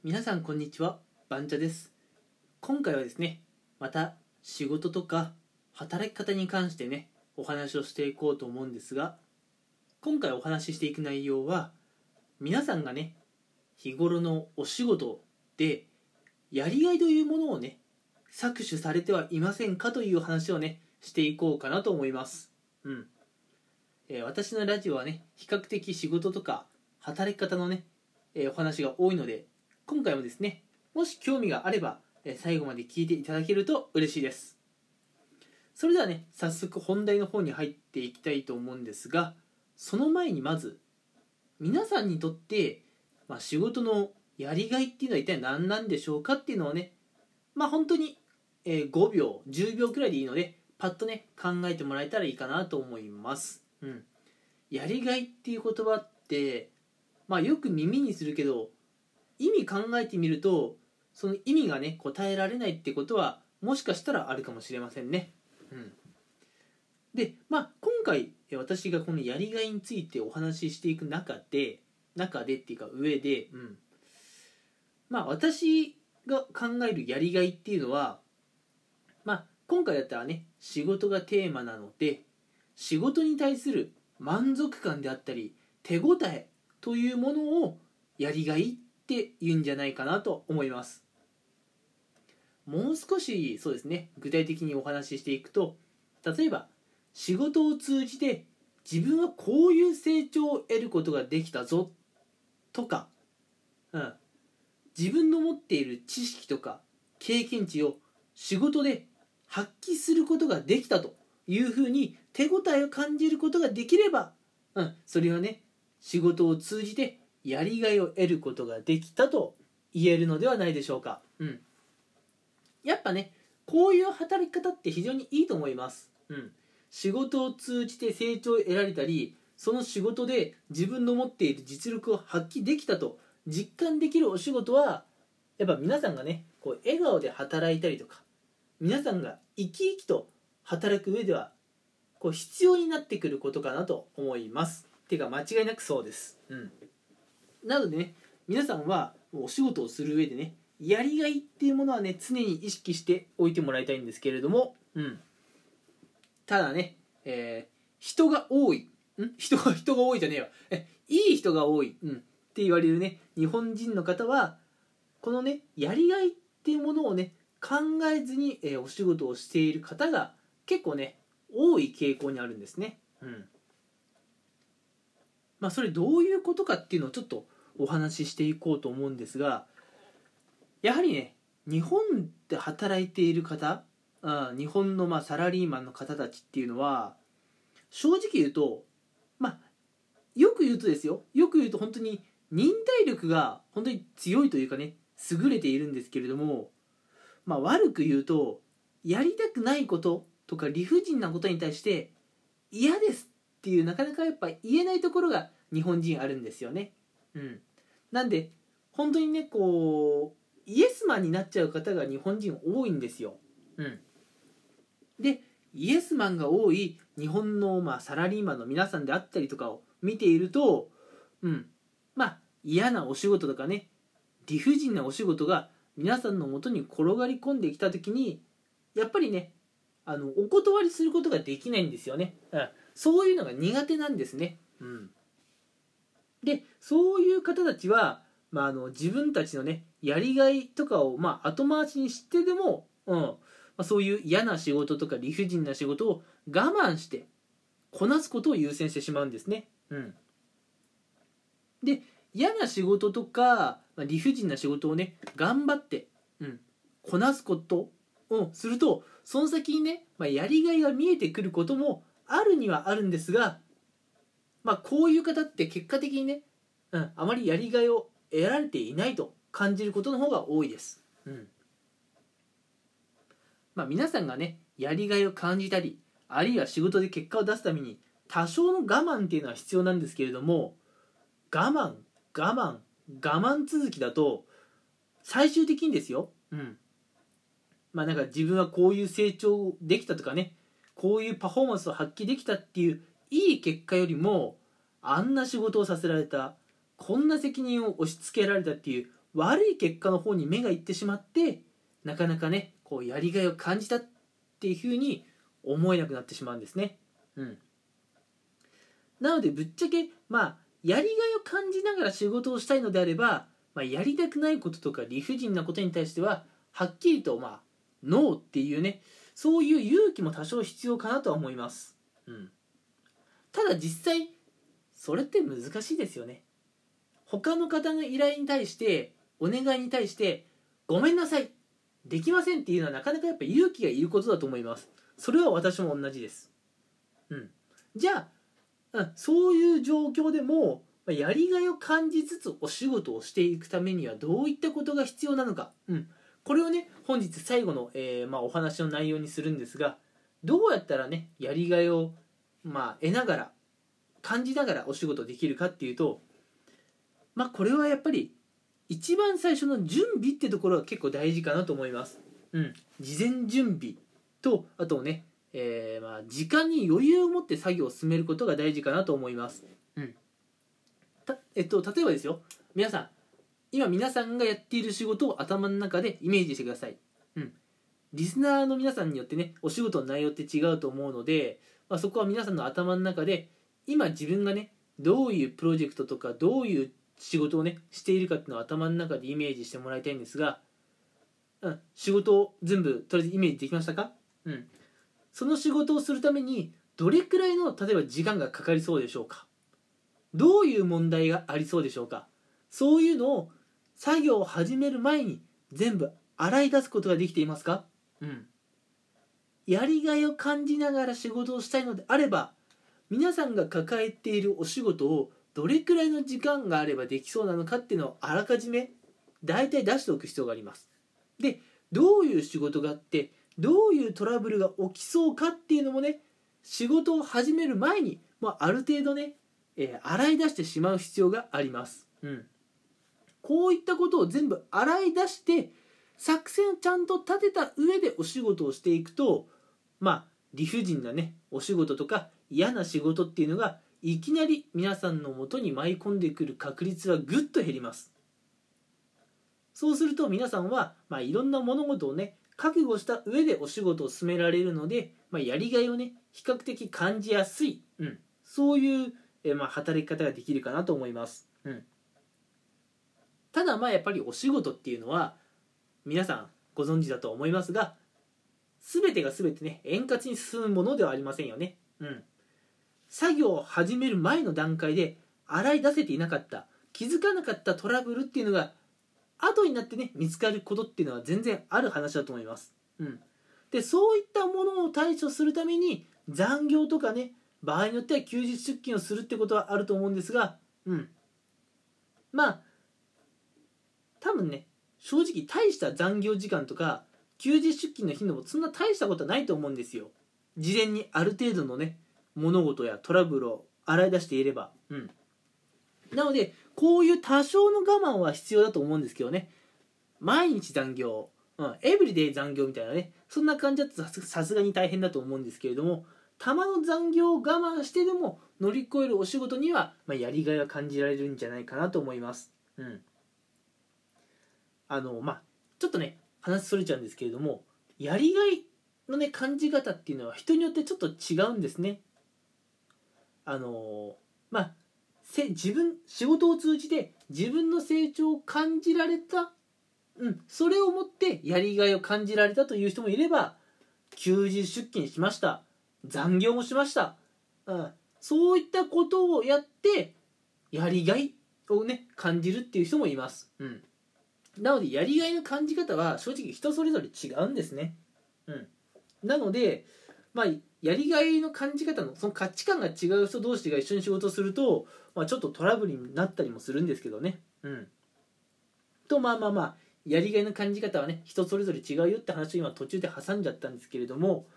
皆さんこんにちは、バンチャです。今回はですね、また仕事とか働き方に関してね、お話をしていこうと思うんですが、今回お話ししていく内容は、皆さんがね、日頃のお仕事でやりがいというものをね、搾取されてはいませんかという話をね、していこうかなと思います。私のラジオはね、比較的仕事とか働き方のね、お話が多いので、今回もですね、もし興味があれば、最後まで聞いていただけると嬉しいです。それではね、早速本題の方に入っていきたいと思うんですが、その前にまず皆さんにとって、仕事のやりがいっていうのは一体何なんでしょうかっていうのをね、本当に、5秒10秒くらいでいいのでパッとね考えてもらえたらいいかなと思います。やりがいっていう言葉って、よく耳にするけど、意味考えてみるとその意味がね答えられないってことはもしかしたらあるかもしれませんね。で、今回私がこのやりがいについてお話ししていく中でっていうか上で、私が考えるやりがいっていうのは、今回だったらね仕事がテーマなので、仕事に対する満足感であったり手応えというものをやりがいって言うんじゃないかなと思います。もう少しそうですね、具体的にお話ししていくと、例えば仕事を通じて自分はこういう成長を得ることができたぞとか、自分の持っている知識とか経験値を仕事で発揮することができたというふうに手応えを感じることができれば、それはね仕事を通じてやりがいを得ることができたと言えるのではないでしょうか。やっぱねこういう働き方って非常にいいと思います。仕事を通じて成長を得られたり、その仕事で自分の持っている実力を発揮できたと実感できるお仕事は、やっぱ皆さんがねこう笑顔で働いたりとか、皆さんが生き生きと働く上ではこう必要になってくることかなと思います。てか間違いなくそうです。なのでね、皆さんはお仕事をする上でね、やりがいっていうものはね常に意識しておいてもらいたいんですけれども、ただね、人が多い人が多いじゃねえわいい人が多い、って言われるね日本人の方は、このねやりがいっていうものをね考えずに、お仕事をしている方が結構ね多い傾向にあるんですね。それどういうことかっていうのをちょっとお話ししていこうと思うんですが、やはりね日本で働いている方、日本のサラリーマンの方たちっていうのは、正直言うとよく言うとですよ、よく言うと本当に忍耐力が本当に強いというかね優れているんですけれども、悪く言うとやりたくないこととか理不尽なことに対して嫌ですっていう、なかなかやっぱ言えないところが日本人あるんですよね。なんで本当にねこうイエスマンになっちゃう方が日本人多いんですよ。でイエスマンが多い日本のサラリーマンの皆さんであったりとかを見ていると、嫌なお仕事とかね理不尽なお仕事が皆さんの元に転がり込んできた時に、やっぱりねお断りすることができないんですよね。そういうのが苦手なんですね。でそういう方たちは、自分たちのねやりがいとかを後回しにしてでも、そういう嫌な仕事とか理不尽な仕事を我慢してこなすことを優先してしまうんですね。で嫌な仕事とか、理不尽な仕事をね頑張って、こなすことをすると、その先にね、やりがいが見えてくることもあるにはあるんですが、こういう方って結果的にね、あまりやりがいを得られていないと感じることの方が多いです。皆さんがねやりがいを感じたり、あるいは仕事で結果を出すために多少の我慢っていうのは必要なんですけれども、我慢続きだと最終的にですよ、なんか自分はこういう成長できたとかね、こういうパフォーマンスを発揮できたっていういい結果よりも、あんな仕事をさせられた、こんな責任を押し付けられたっていう悪い結果の方に目がいってしまって、なかなかねこうやりがいを感じたっていうふうに思えなくなってしまうんですね。なのでぶっちゃけやりがいを感じながら仕事をしたいのであれば、やりたくないこととか理不尽なことに対してははっきりとノーっていうね、そういう勇気も多少必要かなとは思います。ただ実際それって難しいですよね。他の方の依頼に対してお願いに対してごめんなさいできませんっていうのはなかなかやっぱ勇気がいることだと思います。それは私も同じです。じゃあそういう状況でもやりがいを感じつつお仕事をしていくためにはどういったことが必要なのか、これをね本日最後の、お話の内容にするんですが、どうやったらねやりがいを得ながら感じながらお仕事できるかっていうと、これはやっぱり一番最初の準備ってところが結構大事かなと思います。事前準備とあとね、時間に余裕を持って作業を進めることが大事かなと思います。例えばですよ、今皆さんがやっている仕事を頭の中でイメージしてください。リスナーの皆さんによってねお仕事の内容って違うと思うので、そこは皆さんの頭の中で今自分がねどういうプロジェクトとかどういう仕事をねしているかっていうのを頭の中でイメージしてもらいたいんですが、仕事を全部とりあえずイメージできましたか？その仕事をするためにどれくらいの例えば時間がかかりそうでしょうか？どういう問題がありそうでしょうか？そういうのを作業を始める前に全部洗い出すことができていますか？やりがいを感じながら仕事をしたいのであれば、皆さんが抱えているお仕事をどれくらいの時間があればできそうなのかっていうのをあらかじめ大体出しておく必要があります。で、どういう仕事があってどういうトラブルが起きそうかっていうのもね仕事を始める前に、ある程度ね、洗い出してしまう必要があります。こういったことを全部洗い出して作戦をちゃんと立てた上でお仕事をしていくと、理不尽なねお仕事とか嫌な仕事っていうのがいきなり皆さんの元に舞い込んでくる確率はぐっと減ります。そうすると皆さんは、いろんな物事をね覚悟した上でお仕事を進められるので、やりがいをね比較的感じやすい、そういう、働き方ができるかなと思います。ただやっぱりお仕事っていうのは皆さんご存知だと思いますが、全てが全てね円滑に進むものではありませんよね。作業を始める前の段階で洗い出せていなかった気づかなかったトラブルっていうのが後になってね見つかることっていうのは全然ある話だと思います。でそういったものを対処するために残業とかね場合によっては休日出勤をするってことはあると思うんですが、多分ね正直大した残業時間とか休日出勤の頻度もそんな大したことはないと思うんですよ。事前にある程度のね物事やトラブルを洗い出していれば。なのでこういう多少の我慢は必要だと思うんですけどね、毎日残業、エブリデイ残業みたいなねそんな感じだとさすがに大変だと思うんですけれども、たまの残業を我慢してでも乗り越えるお仕事には、やりがいが感じられるんじゃないかなと思います。ちょっとね話それちゃうんですけれども、やりがいのね感じ方っていうのは人によってちょっと違うんですね。仕事を通じて自分の成長を感じられた、それをもってやりがいを感じられたという人もいれば、休日出勤しました、残業もしました、そういったことをやってやりがいをね感じるっていう人もいます。なのでやりがいの感じ方は正直人それぞれ違うんですね。なのでやりがいの感じ方のその価値観が違う人同士が一緒に仕事をすると、ちょっとトラブルになったりもするんですけどね。とやりがいの感じ方はね人それぞれ違うよって話を今途中で挟んじゃったんですけれども、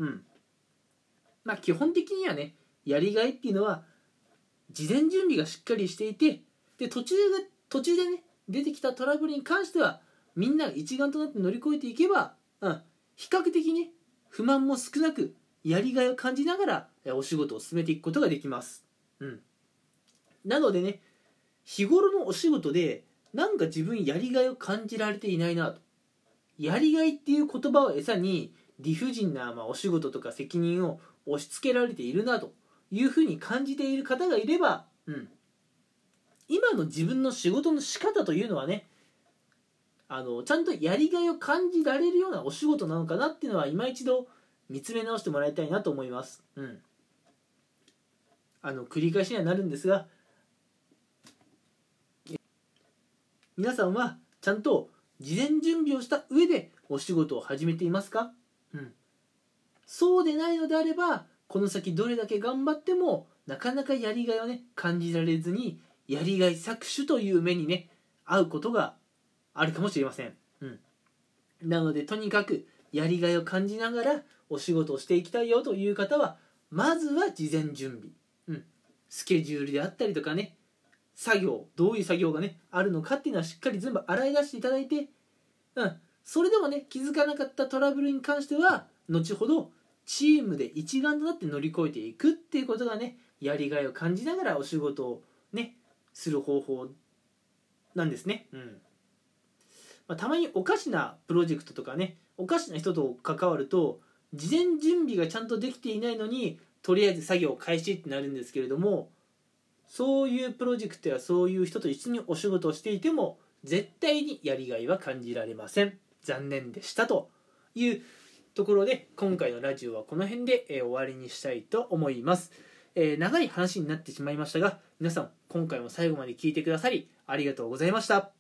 基本的にはねやりがいっていうのは事前準備がしっかりしていて、で途中でね出てきたトラブルに関してはみんなが一丸となって乗り越えていけば、比較的ね不満も少なくやりがいを感じながらお仕事を進めていくことができます。なのでね日頃のお仕事でなんか自分やりがいを感じられていないなと、やりがいっていう言葉を餌に理不尽なお仕事とか責任を押し付けられているなというふうに感じている方がいれば、今の自分の仕事の仕方というのはね、ちゃんとやりがいを感じられるようなお仕事なのかなっていうのは今一度見つめ直してもらいたいなと思います。繰り返しにはなるんですが、皆さんはちゃんと事前準備をした上でお仕事を始めていますか？そうでないのであれば、この先どれだけ頑張ってもなかなかやりがいをね感じられずに、やりがい搾取という目にね遭うことがあるかもしれません。なのでとにかくやりがいを感じながらお仕事をしていきたいよという方は、まずは事前準備、スケジュールであったりとかね、作業、どういう作業がねあるのかっていうのはしっかり全部洗い出していただいて、それでもね気づかなかったトラブルに関しては後ほどチームで一丸となって乗り越えていくっていうことがね、やりがいを感じながらお仕事をねする方法なんですね。たまにおかしなプロジェクトとかね、おかしな人と関わると事前準備がちゃんとできていないのにとりあえず作業を開始ってなるんですけれども、そういうプロジェクトやそういう人と一緒にお仕事をしていても絶対にやりがいは感じられません。残念でしたというところで、今回のラジオはこの辺で終わりにしたいと思います。長い話になってしまいましたが、皆さん今回も最後まで聞いてくださりありがとうございました。